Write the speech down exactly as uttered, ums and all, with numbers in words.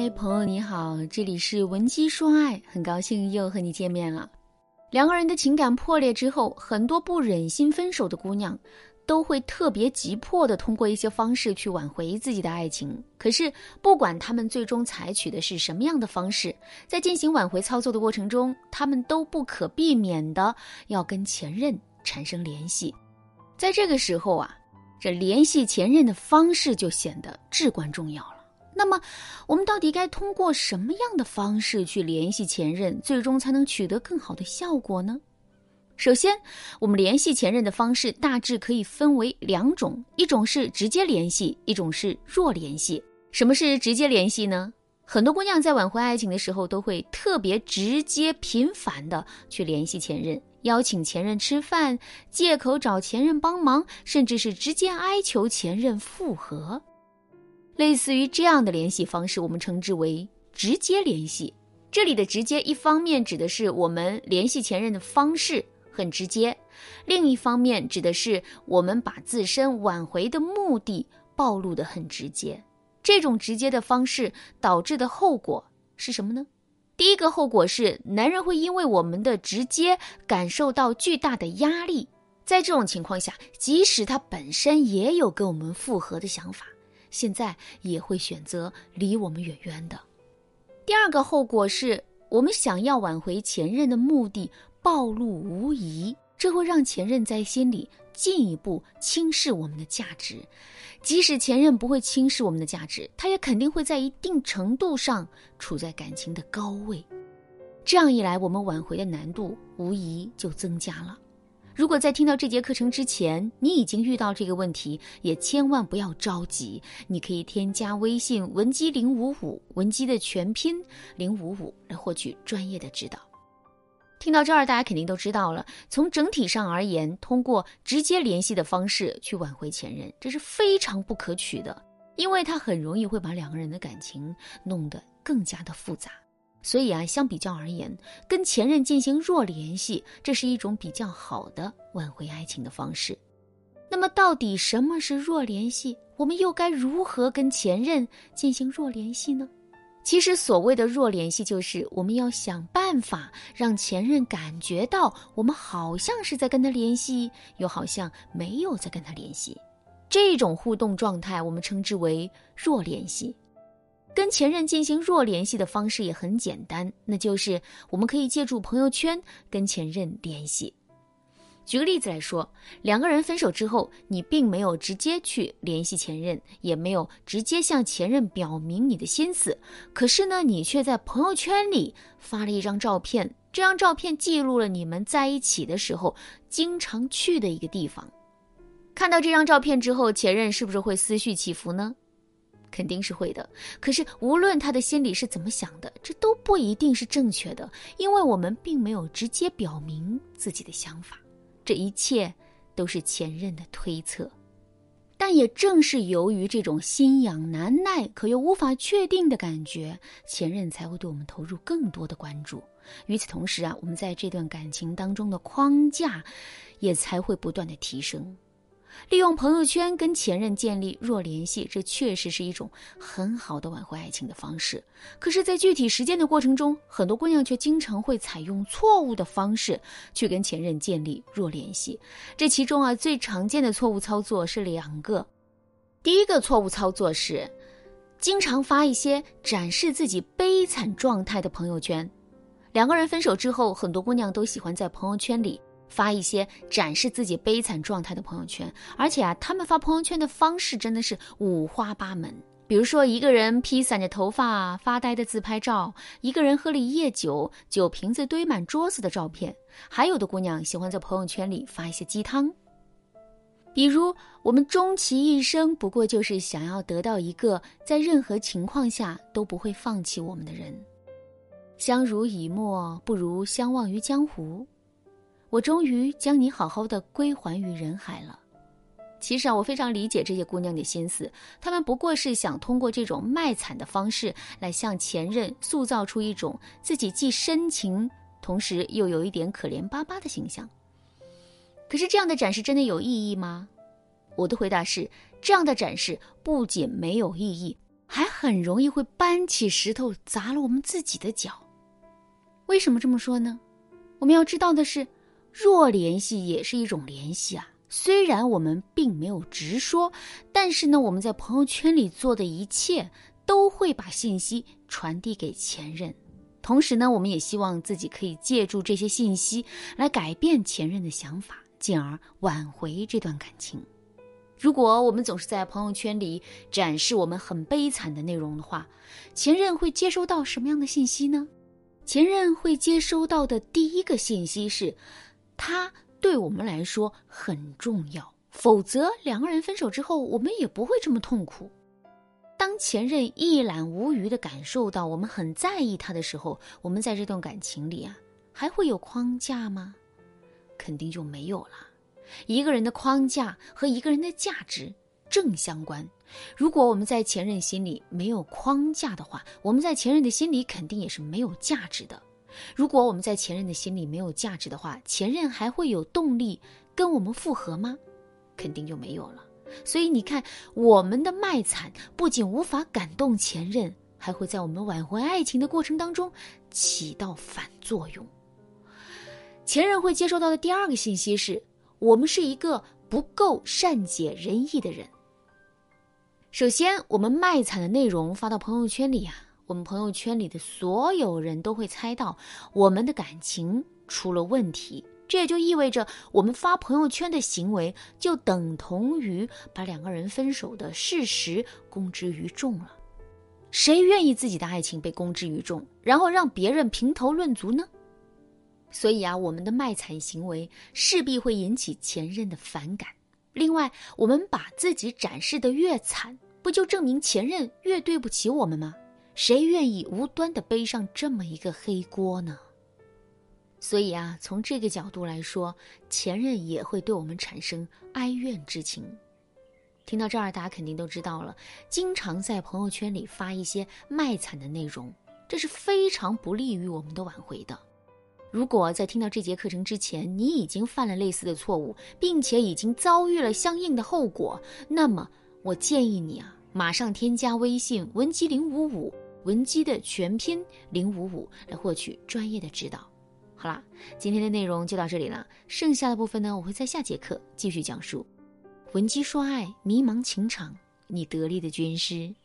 嗨，朋友你好，这里是文姬说爱，很高兴又和你见面了。两个人的情感破裂之后，很多不忍心分手的姑娘都会特别急迫地通过一些方式去挽回自己的爱情。可是不管他们最终采取的是什么样的方式，在进行挽回操作的过程中，他们都不可避免地要跟前任产生联系。在这个时候啊，这联系前任的方式就显得至关重要了。那么我们到底该通过什么样的方式去联系前任，最终才能取得更好的效果呢？首先，我们联系前任的方式大致可以分为两种，一种是直接联系，一种是弱联系。什么是直接联系呢？很多姑娘在挽回爱情的时候都会特别直接频繁的去联系前任，邀请前任吃饭，借口找前任帮忙，甚至是直接哀求前任复合。类似于这样的联系方式，我们称之为直接联系。这里的直接，一方面指的是我们联系前任的方式很直接，另一方面指的是我们把自身挽回的目的暴露得很直接。这种直接的方式导致的后果是什么呢？第一个后果是，男人会因为我们的直接感受到巨大的压力，在这种情况下，即使他本身也有跟我们复合的想法，现在也会选择离我们远远的。第二个后果是，我们想要挽回前任的目的暴露无遗，这会让前任在心里进一步轻视我们的价值。即使前任不会轻视我们的价值，他也肯定会在一定程度上处在感情的高位。这样一来，我们挽回的难度无疑就增加了。如果在听到这节课程之前，你已经遇到这个问题，也千万不要着急，你可以添加微信文姬零五五，文姬的全拼零五五，来获取专业的指导。听到这儿，大家肯定都知道了，从整体上而言，通过直接联系的方式去挽回前任，这是非常不可取的，因为它很容易会把两个人的感情弄得更加的复杂。所以啊，相比较而言，跟前任进行弱联系，这是一种比较好的挽回爱情的方式。那么到底什么是弱联系？我们又该如何跟前任进行弱联系呢？其实所谓的弱联系，就是我们要想办法让前任感觉到我们好像是在跟他联系，又好像没有在跟他联系。这种互动状态我们称之为弱联系。跟前任进行弱联系的方式也很简单，那就是我们可以借助朋友圈跟前任联系。举个例子来说，两个人分手之后，你并没有直接去联系前任，也没有直接向前任表明你的心思，可是呢，你却在朋友圈里发了一张照片，这张照片记录了你们在一起的时候经常去的一个地方。看到这张照片之后，前任是不是会思绪起伏呢？肯定是会的。可是无论他的心里是怎么想的，这都不一定是正确的，因为我们并没有直接表明自己的想法，这一切都是前任的推测。但也正是由于这种心痒难耐可又无法确定的感觉，前任才会对我们投入更多的关注。与此同时啊，我们在这段感情当中的框架也才会不断的提升。利用朋友圈跟前任建立弱联系，这确实是一种很好的挽回爱情的方式。可是在具体实践的过程中，很多姑娘却经常会采用错误的方式去跟前任建立弱联系。这其中啊，最常见的错误操作是两个。第一个错误操作是经常发一些展示自己悲惨状态的朋友圈。两个人分手之后，很多姑娘都喜欢在朋友圈里发一些展示自己悲惨状态的朋友圈，而且啊，他们发朋友圈的方式真的是五花八门。比如说，一个人披散着头发发呆的自拍照，一个人喝了一夜酒，酒瓶子堆满桌子的照片，还有的姑娘喜欢在朋友圈里发一些鸡汤，比如我们终其一生不过就是想要得到一个在任何情况下都不会放弃我们的人，相濡以沫不如相忘于江湖，我终于将你好好的归还于人海了。其实啊，我非常理解这些姑娘的心思，她们不过是想通过这种卖惨的方式来向前任塑造出一种自己既深情，同时又有一点可怜巴巴的形象。可是这样的展示真的有意义吗？我的回答是，这样的展示不仅没有意义，还很容易会搬起石头砸了我们自己的脚。为什么这么说呢？我们要知道的是，弱联系也是一种联系啊。虽然我们并没有直说，但是呢，我们在朋友圈里做的一切都会把信息传递给前任。同时呢，我们也希望自己可以借助这些信息来改变前任的想法，进而挽回这段感情。如果我们总是在朋友圈里展示我们很悲惨的内容的话，前任会接收到什么样的信息呢？前任会接收到的第一个信息是，他对我们来说很重要，否则两个人分手之后，我们也不会这么痛苦。当前任一览无余地感受到我们很在意他的时候，我们在这段感情里啊，还会有框架吗？肯定就没有了。一个人的框架和一个人的价值正相关。如果我们在前任心里没有框架的话，我们在前任的心里肯定也是没有价值的。如果我们在前任的心里没有价值的话，前任还会有动力跟我们复合吗？肯定就没有了。所以你看，我们的卖惨不仅无法感动前任，还会在我们挽回爱情的过程当中起到反作用。前任会接收到的第二个信息是，我们是一个不够善解人意的人。首先，我们卖惨的内容发到朋友圈里啊，我们朋友圈里的所有人都会猜到我们的感情出了问题。这也就意味着我们发朋友圈的行为就等同于把两个人分手的事实公之于众了。谁愿意自己的爱情被公之于众，然后让别人评头论足呢？所以啊，我们的卖惨行为势必会引起前任的反感。另外，我们把自己展示得越惨，不就证明前任越对不起我们吗？谁愿意无端地背上这么一个黑锅呢？所以啊，从这个角度来说，前任也会对我们产生哀怨之情。听到这儿，大家肯定都知道了，经常在朋友圈里发一些卖惨的内容，这是非常不利于我们的挽回的。如果在听到这节课程之前，你已经犯了类似的错误，并且已经遭遇了相应的后果，那么我建议你啊，马上添加微信文姬零五五，文姬的全拼零五五，来获取专业的指导。好啦，今天的内容就到这里了，剩下的部分呢，我会在下节课继续讲述。文姬说爱，迷茫情场，你得力的军师。